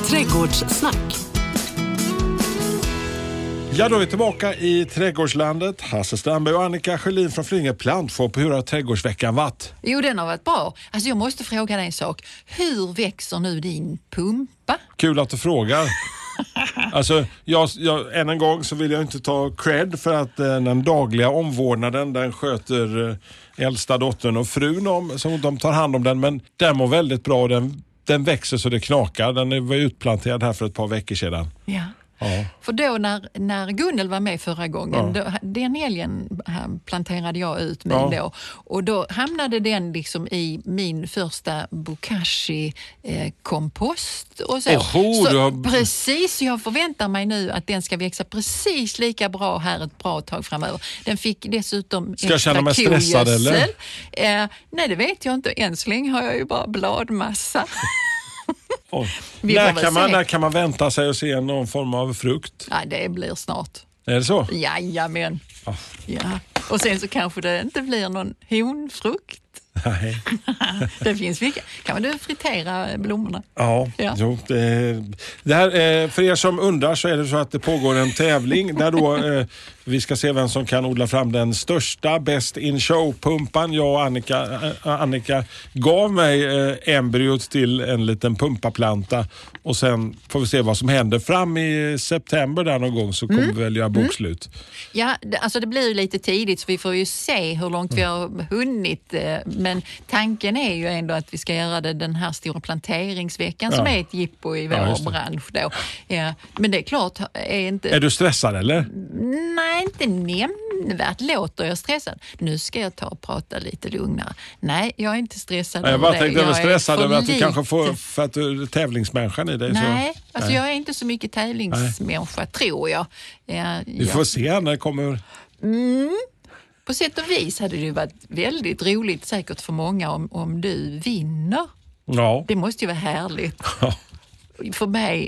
Trädgårdssnack. Ja, då är vi tillbaka i trädgårdslandet. Hasse Strandberg och Annika Sjölin från Flyinge Plantshop. Hur har trädgårdsveckan varit? Jo, den har varit bra. Alltså jag måste fråga dig en sak. Hur växer nu din pumpa? Kul att du frågar. Alltså, än en gång så vill jag inte ta cred för att den dagliga omvårdnaden, den sköter äldsta dottern och frun om, så de tar hand om den. Men den mår väldigt bra och den växer så det knakar. Den var utplanterad här för ett par veckor sedan. Ja. Ja. För då när Gunnel var med förra gången, den helgen planterade jag ut min då. Och då hamnade den liksom i min första bokashi-kompost och så. Precis, jag förväntar mig nu att den ska växa precis lika bra här ett bra tag framöver. Den fick dessutom ska jag känna mig stressad eller? Nej, det vet jag inte. Än så länge har jag ju bara bladmassa. När kan man vänta sig att se någon form av frukt? Nej, det blir snart. Är det så? Jajamän. Ja. Och sen så kanske det inte blir någon honfrukt. Nej. Det finns vilka. Kan man fritera blommorna? Ja. Jo, det här, för er som undrar så är det så att det pågår en tävling där då vi ska se vem som kan odla fram den största Best in Show-pumpan. Jag och Annika gav mig embryot till en liten pumpaplanta och sen får vi se vad som händer. Fram i september där någon gång så kommer vi väl göra bokslut. Ja, alltså det blir ju lite tidigt så vi får ju se hur långt vi har hunnit. Men tanken är ju ändå att vi ska göra det den här stora planteringsveckan som är ett jippo i vår bransch då. Ja, men det är klart, Är du stressad eller? Nej, inte nämnvärt. Låter jag stressad? Nu ska jag ta och prata lite lugnare. Nej, jag är inte stressad. Jag bara tänkte jag var stressad över att du kanske får, för att du är tävlingsmänniskan i dig. Nej, alltså jag är inte så mycket tävlingsmänniska, tror jag. Vi får se när det kommer. På sätt och vis hade det ju varit väldigt roligt säkert för många om du vinner. Ja. Det måste ju vara härligt. För mig,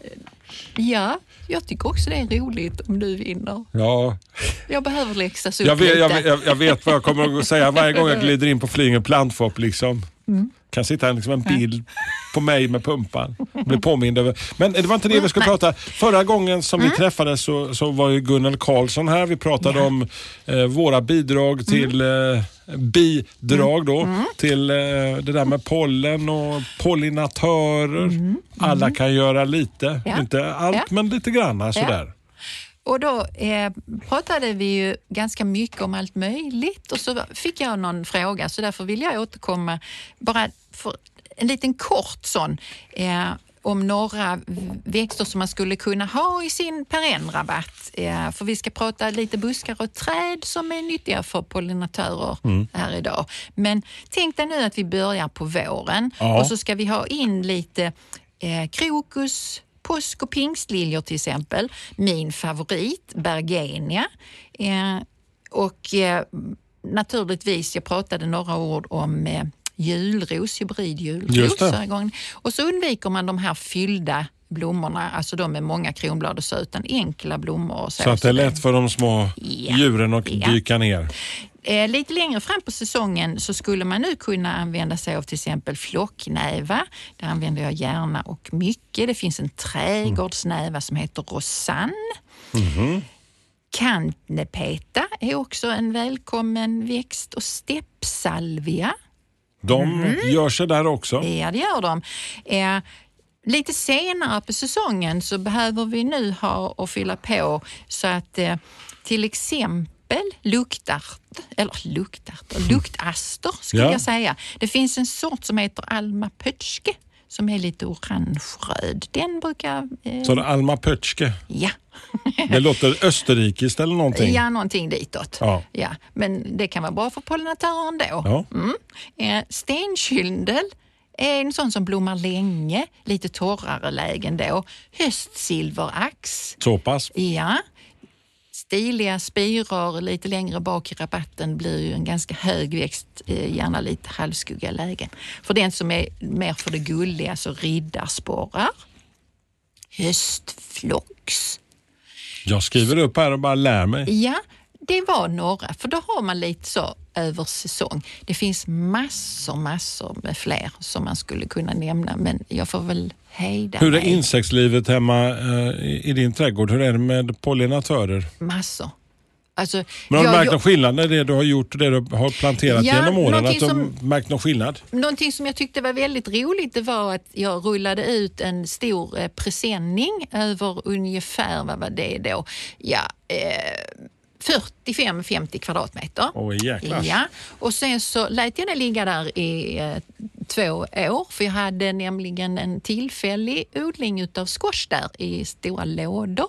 jag tycker också det är roligt om du vinner. Ja. Jag behöver läxas upp jag vet vad jag kommer att säga varje gång jag glider in på Flyinge Plantshop liksom. Kan sitta här liksom en bild på mig med pumpan. Blir påmind över. Men det var inte det vi skulle prata. Förra gången som vi träffades så var ju Gunnel Karlsson här. Vi pratade om våra bidrag till bidrag då. Till det där med pollen och pollinatörer. Alla kan göra lite. Inte allt men lite grann sådär. Och då pratade vi ju ganska mycket om allt möjligt och så fick jag någon fråga så därför vill jag återkomma bara för en liten kort sån om några växter som man skulle kunna ha i sin perennrabatt. För vi ska prata lite buskar och träd som är nyttiga för pollinatörer här idag. Men tänk dig nu att vi börjar på våren och så ska vi ha in lite krokus, påsk- och pingstliljor till exempel. Min favorit, bergenia. Och naturligtvis, jag pratade några ord om hybridjulros förra gången. Och så undviker man de här fyllda blommorna, alltså de med många kronblad och så, utan enkla blommor. Och så att det är lätt för de små djuren att dyka ner. Lite längre fram på säsongen så skulle man nu kunna använda sig av till exempel flocknäva. Där använder jag gärna och mycket. Det finns en trädgårdsnäva som heter Rosanne. Kantnepeta är också en välkommen växt och steppsalvia. De gör sig där också. Ja, det gör de. Lite senare på säsongen så behöver vi nu ha och fylla på så att till exempel luktaster skulle jag säga. Det finns en sort som heter Alma Pötschke som är lite orange-röd. Den brukar... Så det är Alma Pötschke? Ja. Det låter österrikiskt eller någonting? Ja, någonting ditåt. Ja. Men det kan vara bra för pollinatörer ändå. Stenkyndel är en sån som blommar länge, lite torrare lägen då. Höstsilverax. Så pass? Ja. Stiliga spiror lite längre bak i rabatten blir ju en ganska hög växt, gärna lite halvskugga lägen. För den som är mer för det gulliga så riddarsporrar. Höstflox. Jag skriver upp här och bara lär mig. Ja, det var några. För då har man lite så över säsong. Det finns massor med fler som man skulle kunna nämna, men jag får väl hejda Hur är mig. insektslivet hemma i din trädgård? Hur är det med pollinatörer? Massor. Alltså, Men har du märkt någon skillnad när det du har gjort och det du har planterat genom åren? Att du har märkt någon skillnad? Någonting som jag tyckte var väldigt roligt, det var att jag rullade ut en stor presenning över ungefär, vad var det då? Ja, 45-50 kvadratmeter. Jäklar. Ja, och sen så lät jag det ligga där i 2 år, för jag hade nämligen en tillfällig odling utav squash där i stora lådor.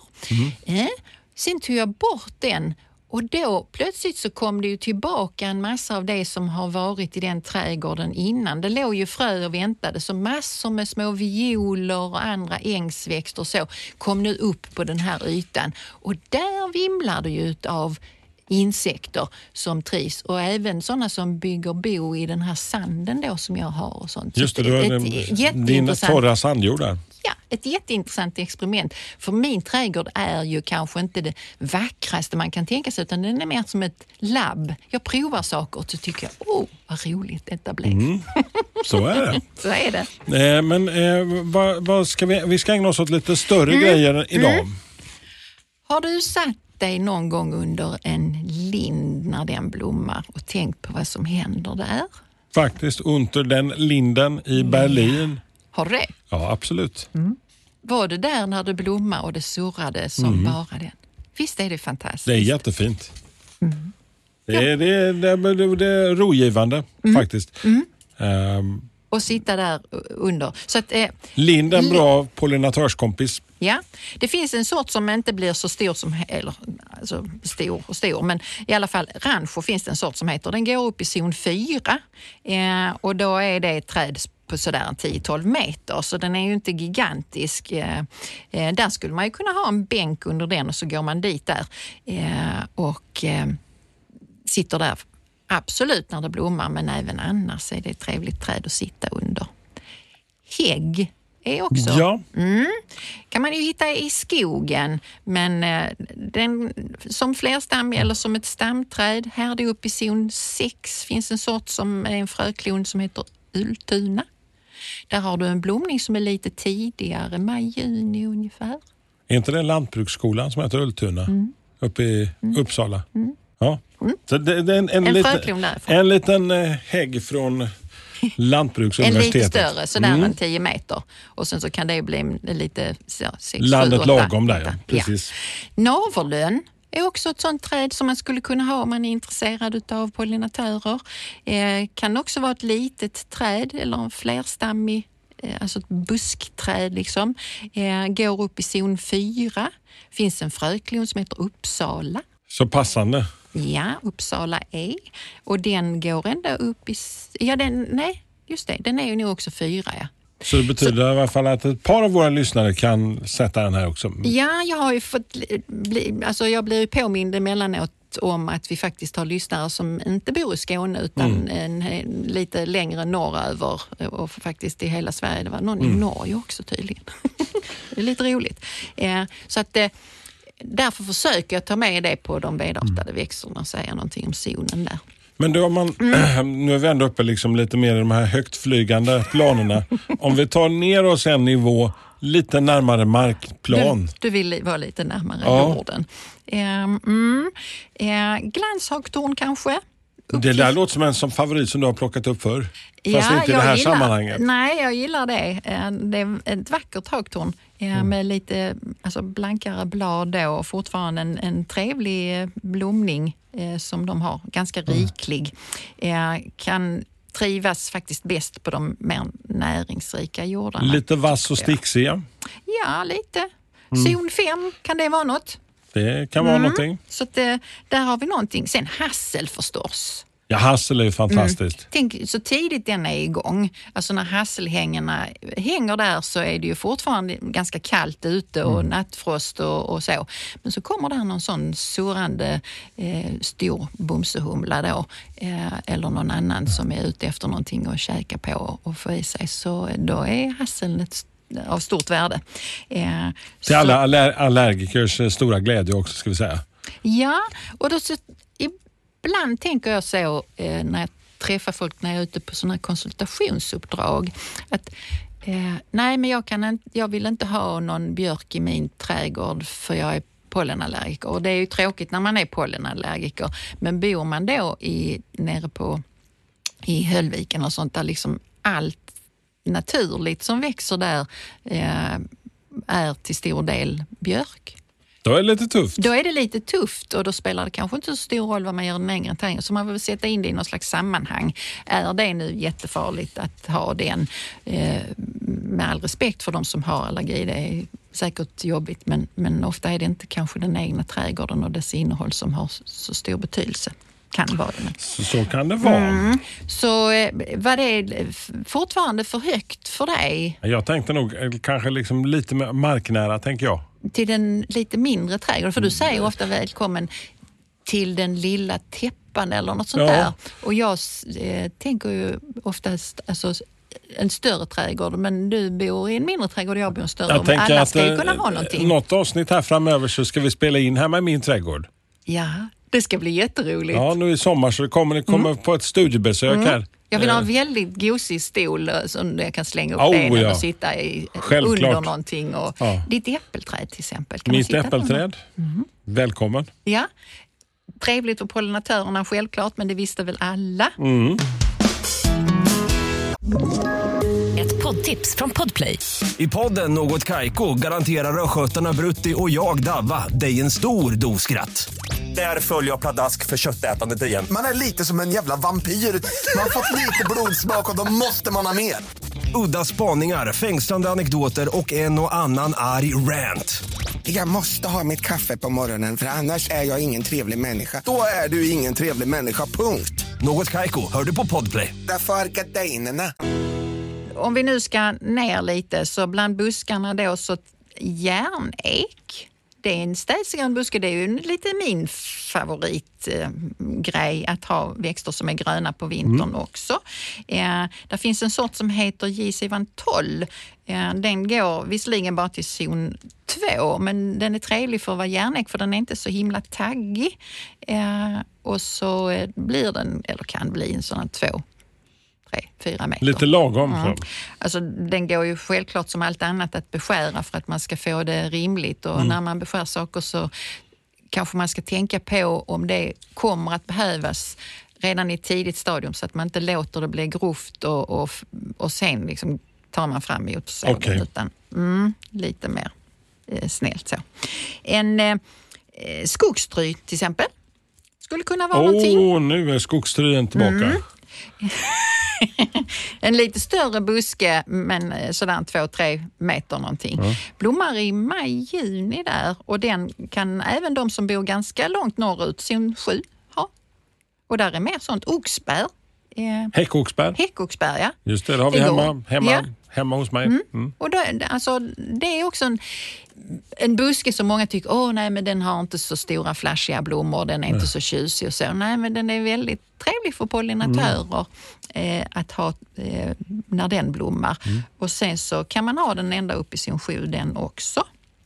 Sen tog jag bort den. Och då plötsligt så kom det ju tillbaka en massa av det som har varit i den trädgården innan. Det låg ju frö och väntade, så massor med små violer och andra ängsväxter och så kom nu upp på den här ytan. Och där vimlar det ju av insekter som trivs, och även sådana som bygger bo i den här sanden då som jag har och sånt. Just det, du har din torra sandjord där. Ja, ett jätteintressant experiment. För min trädgård är ju kanske inte det vackraste man kan tänka sig, utan den är mer som ett labb. Jag provar saker och så tycker jag, vad roligt detta blev. Så är det. Så är det. Men vad ska vi ska ägna oss åt lite större grejer idag. Har du satt dig någon gång under en lind när den blommar och tänkt på vad som händer där? Faktiskt under den linden i Berlin. Har du det? Ja, absolut. Var det där när det blommade och det surrade som bara den? Visst är det fantastiskt? Det är jättefint. Det är rogivande faktiskt. Och sitta där under. Så att, lind är en bra pollinatörskompis. Ja, det finns en sort som inte blir så stor som, eller alltså stor, men i alla fall rancho finns det en sort som heter, den går upp i zon 4 och då är det ett träd på sådär 10-12 meter, så den är ju inte gigantisk. Där skulle man ju kunna ha en bänk under den och så går man dit där och sitter där absolut när det blommar, men även annars är det ett trevligt träd att sitta under. Hägg är också. Kan man ju hitta i skogen, men den som flerstam eller som ett stamträd. Här det uppe i zon 6 finns en sort som är en fröklon som heter Ultuna. Där har du en blomning som är lite tidigare, maj-juni ungefär. Är inte det lantbruksskolan som heter Ultuna uppe i Uppsala? Ja. Så det är en liten hägg från Lantbruksuniversitetet. En lite större, sådär än 10 meter. Och sen så kan det bli lite 6, landet 7, 8, lagom där, ja. Precis. Ja. Naverlön är också ett sånt träd som man skulle kunna ha om man är intresserad av pollinatörer. Kan också vara ett litet träd eller en flerstammig, alltså ett buskträd liksom. Går upp i zon 4. Finns en fröklon som heter Uppsala. Så passande. Ja, Uppsala E. Och den går ända upp i... Ja, den är ju nog också 4, ja. Så det betyder i alla fall att ett par av våra lyssnare kan sätta den här också? Ja, jag har ju fått... jag blir ju påmind emellanåt om att vi faktiskt har lyssnare som inte bor i Skåne utan lite längre norröver och faktiskt i hela Sverige. Det var någon i Norge också tydligen. Det är lite roligt. Så att... Därför försöker jag ta med det på de bedartade växterna och säga någonting om zonen där. Men då om man, nu är vi ändå uppe liksom lite mer i de här högtflygande planerna. Om vi tar ner oss en nivå lite närmare markplan. Du vill vara lite närmare jorden. Glanshagtorn kanske? Det där låter som en som favorit som du har plockat upp för. Fast inte i det här sammanhanget. Nej, jag gillar det. Det är ett vackert hagtorn med lite blankare blad då och fortfarande en trevlig blomning som de har. Ganska riklig. Kan trivas faktiskt bäst på de mer näringsrika jordarna. Lite vass och stixiga? Ja, lite. Zon 5, kan det vara något? Det kan vara någonting. Så att, där har vi någonting. Sen hassel förstås. Ja, hassel är ju fantastiskt. Tänk så tidigt den är igång. Alltså när hasselhängarna hänger där så är det ju fortfarande ganska kallt ute och nattfrost och så. Men så kommer där någon sån surrande stor bomsehumla då. Eller någon annan som är ute efter någonting att käka på och få i sig. Så då är hasseln av stort värde. Till alla allergikers stora glädje också, ska vi säga. Ja, och då så ibland tänker jag så när jag träffar folk när jag är ute på sådana här konsultationsuppdrag att nej, men jag vill inte ha någon björk i min trädgård för jag är pollenallergiker. Och det är ju tråkigt när man är pollenallergiker. Men bor man då nere i Höllviken och sånt där liksom allt naturligt som växer där är till stor del björk. Då är det lite tufft. Då är det lite tufft och då spelar det kanske inte så stor roll vad man gör den längre trädgården. Så man vill sätta in det i någon slags sammanhang. Är det nu jättefarligt att ha den? Med all respekt för de som har allergi, det är säkert jobbigt. Men ofta är det inte kanske den egna trädgården och dess innehåll som har så stor betydelse. Kan vara det. Så kan det vara. Så var det fortfarande för högt för dig? Jag tänkte nog kanske liksom lite marknära, tänker jag. Till den lite mindre trädgården. För du säger ofta välkommen till den lilla täppan eller något sånt där. Och jag tänker ju oftast alltså, en större trädgård, men du bor i en mindre trädgård och jag bor i en större. Jag tänker alla att ska ju kunna ha någonting. Något avsnitt här framöver så ska vi spela in hemma i min trädgård. Ja, det ska bli jätteroligt. Ja, nu i sommar så det kommer på ett studiebesök här. Jag vill ha en väldigt gosig stol som jag kan slänga upp benen och sitta under någonting. Och ditt äppelträd till exempel. Kan mitt äppelträd. Välkommen. Ja, trevligt för pollinatörerna självklart, men det visste väl alla. Ett poddtips från Podplay. I podden Något Kaiko garanterar röskötarna Brutti och jag Davva dig en stor doskratt. Där följer jag pladask för köttätandet igen. Man är lite som en jävla vampyr. Man har fått lite blodsmak och då måste man ha mer. Udda spaningar, fängslande anekdoter och en och annan arg rant. Jag måste ha mitt kaffe på morgonen för annars är jag ingen trevlig människa. Då är du ingen trevlig människa, punkt. Något Kaiko, hör du på Podplay. Därför är gardinerna. Om vi nu ska ner lite så bland buskarna då så järnek. Det är en städsegrön buske, det är ju lite min favoritgrej att ha växter som är gröna på vintern också. Där finns en sort som heter J. 12. Den går visserligen bara till zon 2, men den är trevlig för att vara järnek för den är inte så himla taggig. Och så blir den, eller kan bli en sån 2-4 meter. Lite lagom. Alltså, den går ju självklart som allt annat att beskära för att man ska få det rimligt. Och när man beskär saker så kanske man ska tänka på om det kommer att behövas redan i ett tidigt stadium så att man inte låter det bli grovt och sen liksom tar man fram emot sågen utan lite mer snällt så. En skogstry till exempel skulle kunna vara någonting. Nu är skogstryen tillbaka. En lite större buske, men sådär 2-3 meter någonting. Blommar i maj-juni där och den kan även de som bor ganska långt norrut, zon 7, ha. Och där är mer sånt oxbär. Häckoxbär. Häckoxbär, ja. Just det har vi hemma hos mig. Och då, alltså, det är också en buske som många tycker, nej men den har inte så stora flashiga blommor, den är inte så tjusig och så. Nej, men den är väldigt trevlig för pollinatörer att ha när den blommar. Och sen så kan man ha den ända upp i sin 7 den också.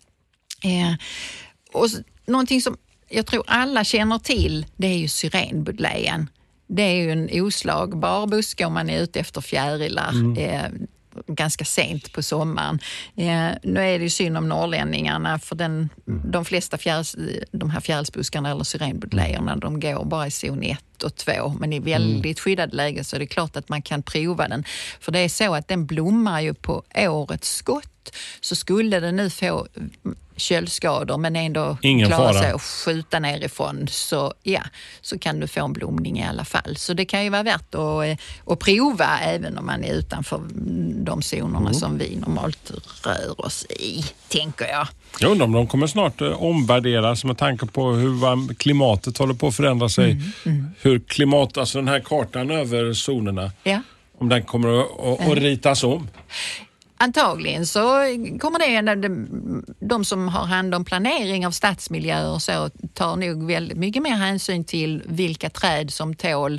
Och någonting som jag tror alla känner till, det är ju syrenbudlejen. Det är ju en oslagbar buske om man är ute efter fjärilar ganska sent på sommaren. Nu är det ju synd om norrlänningarna för de flesta de här fjärilsbuskarna eller syrenbudlejerna, de går bara i zon 1 och 2, men i väldigt skyddad läge så är det klart att man kan prova den. För det är så att den blommar ju på årets skott, så skulle den nu få köldskador men ändå klara sig och skjuta nerifrån så kan du få en blomning i alla fall. Så det kan ju vara värt att prova även om man är utanför de zonerna som vi normalt rör oss i, tänker jag. Jag undrar om de kommer snart omvärderas med tanke på hur klimatet håller på att förändra sig. Hur alltså den här kartan över zonerna, om den kommer att ritas om. Antagligen så kommer de som har hand om planering av stadsmiljöer och så tar nog väldigt mycket mer hänsyn till vilka träd som tål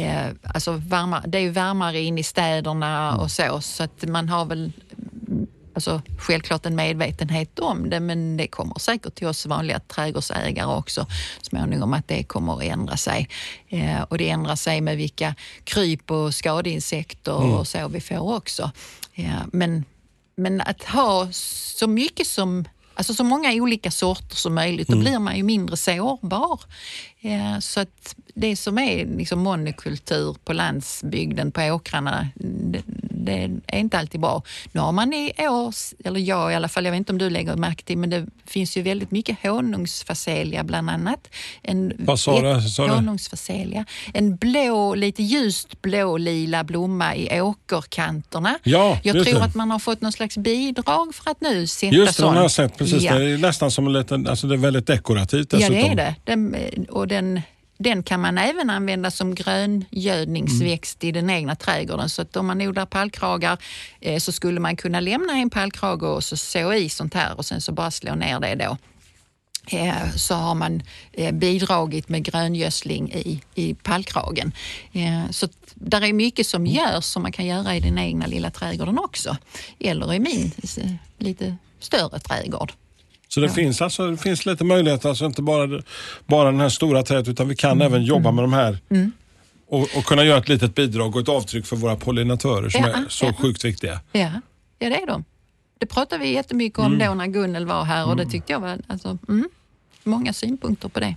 alltså det är ju varmare in i städerna och så att man har väl alltså självklart en medvetenhet om det, men det kommer säkert till oss vanliga trädgårdsägare också småningom att det kommer att ändra sig. Och det ändrar sig med vilka kryp och skadeinsekter och så vi får också. Men att ha så mycket alltså så många olika sorter som möjligt, då blir man ju mindre sårbar. Så att det som är liksom monokultur på landsbygden, på åkrarna, det är inte alltid bra. Nu har man i år, eller jag i alla fall, jag vet inte om du lägger märke till, men det finns ju väldigt mycket honungsfacelia bland annat. Vad sa du? Honungsfacelia. En blå, lite ljust blå-lila blomma i åkerkanterna. Ja, jag tror att man har fått någon slags bidrag för att nu sätta just det, sån. har jag sett, precis. Ja. Det är nästan som en liten, alltså det är väldigt dekorativt dessutom. Ja, det är det. Den kan man även använda som gröngödningsväxt i den egna trädgården. Så att om man odlar pallkragar så skulle man kunna lämna en pallkrage och så i sånt här och sen så bara slå ner det då. Så har man bidragit med gröngödsling i pallkragen. Så där är mycket som görs som man kan göra i den egna lilla trädgården också. Eller i min lite större trädgård. Så det finns lite möjligheter, alltså inte bara den här stora trädet, utan vi kan även jobba med de här och kunna göra ett litet bidrag och ett avtryck för våra pollinatörer som är så sjukt viktiga. Ja, det är de. Det pratade vi jättemycket om då när Gunnel var här och det tyckte jag var många synpunkter på det.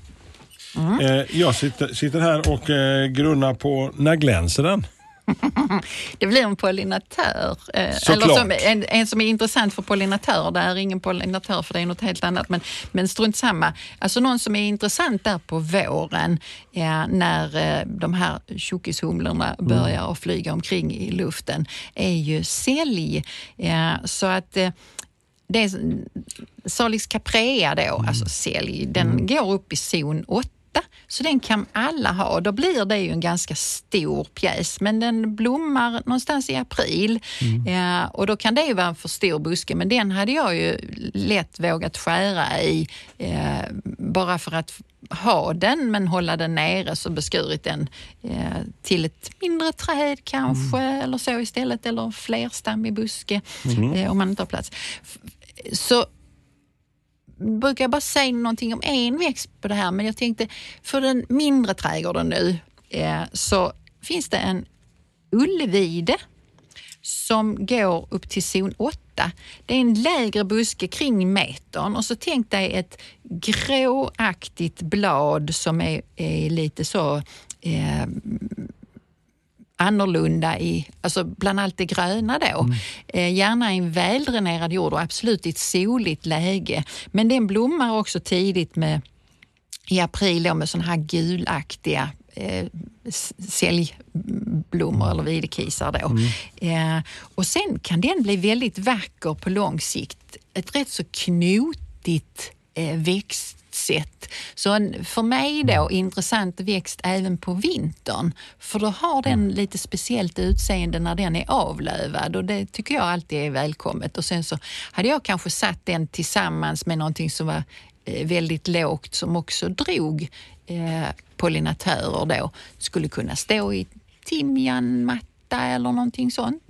Jag sitter här och grunnar på när glänser den? Det blir en pollinatör. Eller som, en som är intressant för pollinatörer. Det är ingen pollinatör för det är något helt annat. Men strunt samma. Alltså någon som är intressant där på våren när de här tjockishumlorna börjar att flyga omkring i luften är ju sälj. Så att det är Salix caprea då, alltså sälj, den går upp i zon 8. Så den kan alla ha. Då blir det ju en ganska stor pjäs. Men den blommar någonstans i april. Och då kan det ju vara en för stor buske. Men den hade jag ju lätt vågat skära i. Bara för att ha den men hålla den nere, så beskurit den till ett mindre träd kanske. Eller så istället. Eller flerstammig buske. Om man inte har plats. Så brukar jag bara säga någonting om en växt på det här, men jag tänkte för den mindre trädgården nu så finns det en ullvide som går upp till zon 8. Det är en lägre buske kring metern och så tänk dig ett gråaktigt blad som är lite så annorlunda alltså bland allt det gröna då. Gärna i en väldränerad jord och absolut i ett soligt läge. Men den blommar också tidigt i april då med sådana här gulaktiga säljblommor eller videkisar då. Och sen kan den bli väldigt vacker på lång sikt. Ett rätt så knotigt växtsätt. Så för mig då intressant växt även på vintern. För då har den lite speciellt utseende när den är avlövad och det tycker jag alltid är välkommet. Och sen så hade jag kanske satt den tillsammans med någonting som var väldigt lågt som också drog pollinatörer då. Skulle kunna stå i timjanmatta eller någonting sånt.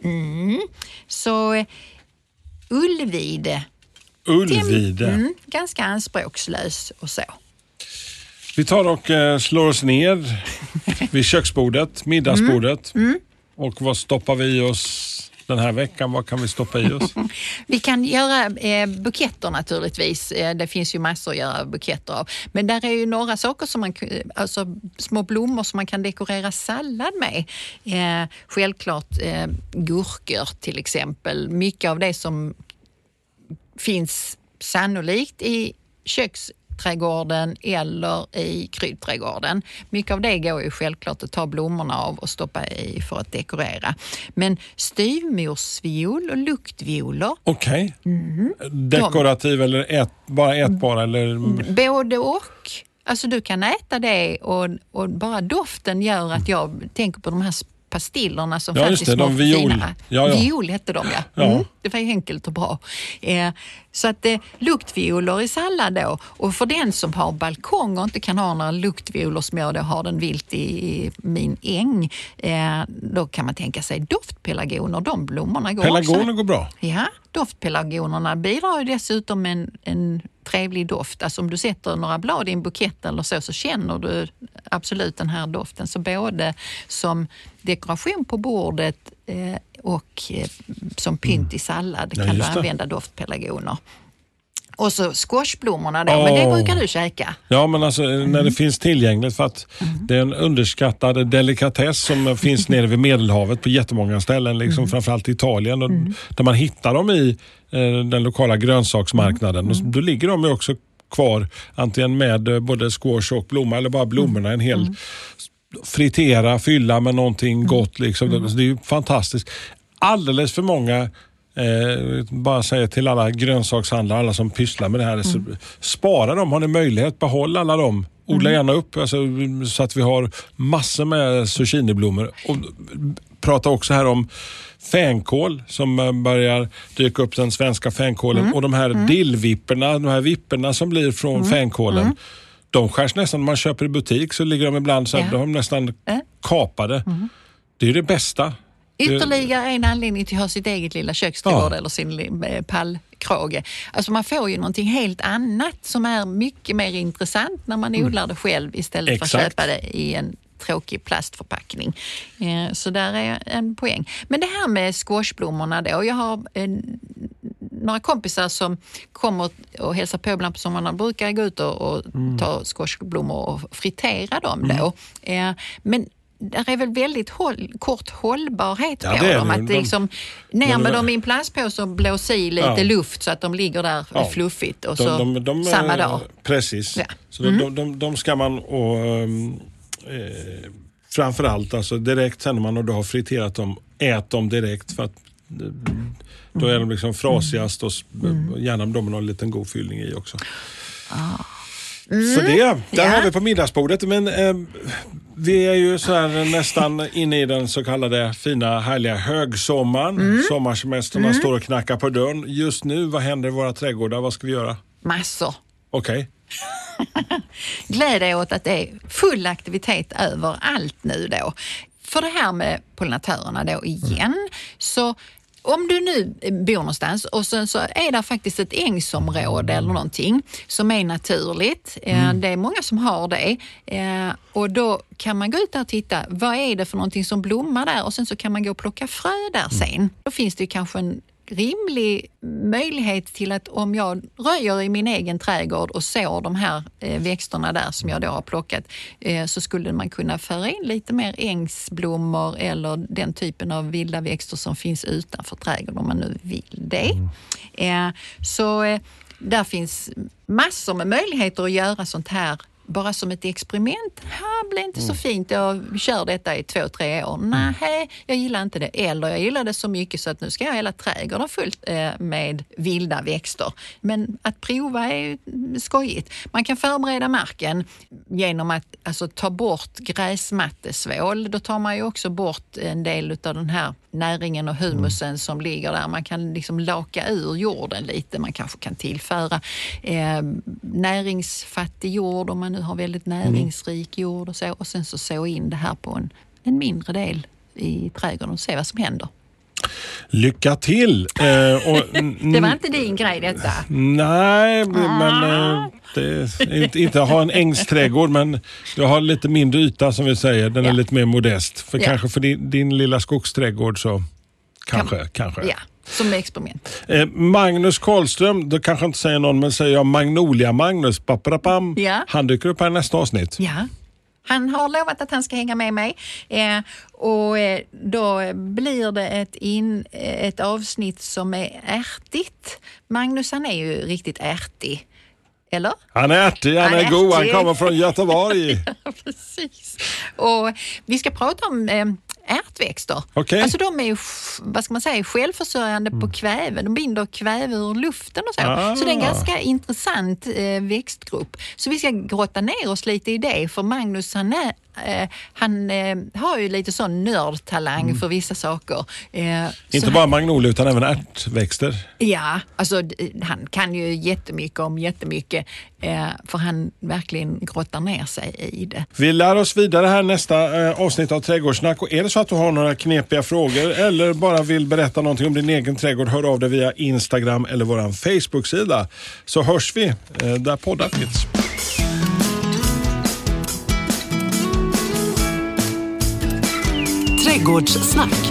Så ullvide. Ganska anspråkslös och så. Vi tar och slår oss ner vid köksbordet, middagsbordet. Och vad stoppar vi i oss den här veckan? Vad kan vi stoppa i oss? Vi kan göra buketter naturligtvis. Det finns ju massor att göra buketter av. Men där är ju några saker som alltså små blommor som man kan dekorera sallad med. Självklart gurkor till exempel. Mycket av det som finns sannolikt i köksträdgården eller i kryddträdgården. Mycket av det går ju självklart att ta blommorna av och stoppa i för att dekorera. Men styvmorsviol och luktvioler. Okej. Dekorativ eller bara ätbara? Eller? Både och. Alltså du kan äta det och bara doften gör att jag tänker på de här pastillerna som Ja, fanns just i det, små de viol. fina. Ja. Viol hette de, ja. Ja. Det var ju enkelt och bra. Så att luktvioler i sallad då. Och för den som har balkong och inte kan ha några luktvioler som jag då har den vilt i min äng, då kan man tänka sig doftpelargoner. De blommorna går Pelargoner också. går bra. Ja, doftpelargonerna bidrar ju dessutom med en trevlig doft. Alltså om du sätter några blad i en bukett eller så känner du absolut den här doften. Så både som dekoration på bordet och som pynt i sallad kan du använda doftpelargoner. Och så squashblommorna då, men det brukar du käka. Ja, men alltså när det finns tillgängligt, för att det är en underskattad delikatess som finns nere vid Medelhavet på jättemånga ställen, liksom framförallt i Italien, och där man hittar dem i den lokala grönsaksmarknaden. Och då ligger de ju också kvar antingen med både squash och blomma eller bara blommorna en hel fritera, fylla med någonting gott liksom. Det är ju fantastiskt. Alldeles för många bara säger till alla grönsakshandlare, alla som pysslar med det här, så spara dem, har ni möjlighet, behålla alla dem. Odla gärna upp så att vi har massor med zucchiniblommor. Och prata också här om fänkål som börjar dyka upp, den svenska fänkålen, och de här dillvipporna, de här vipporna som blir från fänkålen. De skärs nästan, när man köper i butik så ligger de ibland så att de nästan kapade. Det är ju det bästa. Ytterligare en anledning till att ha sitt eget lilla köksträdgård eller sin pallkrage. Alltså man får ju någonting helt annat som är mycket mer intressant när man odlar det själv istället för att köpa det i en tråkig plastförpackning. Så där är en poäng. Men det här med squashblommorna då. Jag har några kompisar som kommer och hälsar på ibland på sommaren. Brukar gå ut och ta squashblommor och fritera dem då. Men det är väl väldigt kort hållbarhet på dem. Att liksom, ner med dem i en plastpåse och blåsa i lite luft så att de ligger där fluffigt och så samma dag. Precis. Ja. Så de ska man framförallt alltså direkt sen när man då har friterat dem, ät dem direkt, för att då är de liksom frasigast och gärna de med någon liten god fyllning i också. Så där har vi på middagsbordet, men vi är ju så här nästan inne i den så kallade fina härliga högsommaren. Sommarsemesterna står och knackar på dörren. Just nu, vad händer i våra trädgårdar? Vad ska vi göra? Massor. Okej. Gläd dig åt att det är full aktivitet överallt nu då. För det här med pollinatörerna då igen, så om du nu bor någonstans och sen så är det faktiskt ett ängsområde eller någonting som är naturligt. Det är många som har det. Och då kan man gå ut där och titta, vad är det för någonting som blommar där? Och sen så kan man gå och plocka frö där sen. Då finns det ju kanske en rimlig möjlighet till att om jag röjer i min egen trädgård och sår de här växterna där som jag då har plockat, så skulle man kunna föra in lite mer ängsblommor eller den typen av vilda växter som finns utanför trädgården om man nu vill det. Så där finns massor med möjligheter att göra sånt här bara som ett experiment. Här blir inte så fint. Jag kör detta i 2-3 år. Nej, jag gillar inte det. Eller jag gillar det så mycket så att nu ska jag hela trädgården fullt med vilda växter. Men att prova är ju skojigt. Man kan förbereda marken genom att ta bort gräsmattesvål. Då tar man ju också bort en del av den här näringen och humusen som ligger där. Man kan liksom laka ur jorden lite. Man kanske kan tillföra näringsfattig jord om man nu har väldigt näringsrik jord och så. Och sen så in det här på en mindre del i trädgården och se vad som händer. Lycka till! Det var inte din grej detta. Nej, men inte ha en ängsträdgård, men jag har lite mindre yta som vi säger. Den är lite mer modest. För kanske för din lilla skogsträdgård så kanske. Ja, som experiment. Magnus Karlström, då kanske inte säger någon, men säger jag Magnolia Magnus, han dyker upp här nästa avsnitt. Ja. Han har lovat att han ska hänga med mig och då blir det ett avsnitt som är ärtigt. Magnus, han är ju riktigt ärtig. Eller? Han är ärtig, han är god, han kommer från Göteborg. Ja, precis. Och vi ska prata om ärtväxter. Okay. Alltså de är ju, vad ska man säga, självförsörjande på kväve. De binder kväve ur luften och så. Så det är en ganska intressant växtgrupp. Så vi ska grotta ner oss lite i det, för Magnus han han har ju lite sån nördtalang för vissa saker. Inte bara magnolia utan även ärtväxter. Ja, alltså han kan ju jättemycket om jättemycket för han verkligen grottar ner sig i det. Vi lär oss vidare här nästa avsnitt av Trädgårdssnack, och är det så att du har några knepiga frågor eller bara vill berätta någonting om din egen trädgård, hör av dig via Instagram eller våran Facebook-sida, så hörs vi där poddar finns. Trädgårdssnack.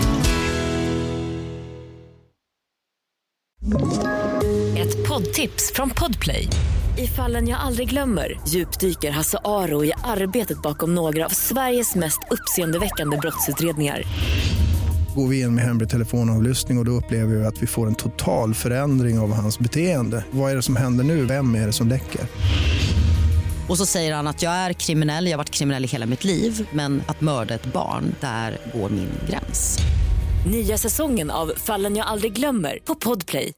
Ett poddtips från Podplay. I Fallen jag aldrig glömmer djupdyker Hasse Aro i arbetet bakom några av Sveriges mest uppseendeväckande brottsutredningar. Går vi in med hemlig telefonavlyssning och då upplever vi att vi får en total förändring av hans beteende. Vad är det som händer nu? Vem är det som läcker? Och så säger han att jag är kriminell, jag har varit kriminell i hela mitt liv. Men att mörda ett barn, där går min gräns. Nya säsongen av Fallen jag aldrig glömmer på Podplay.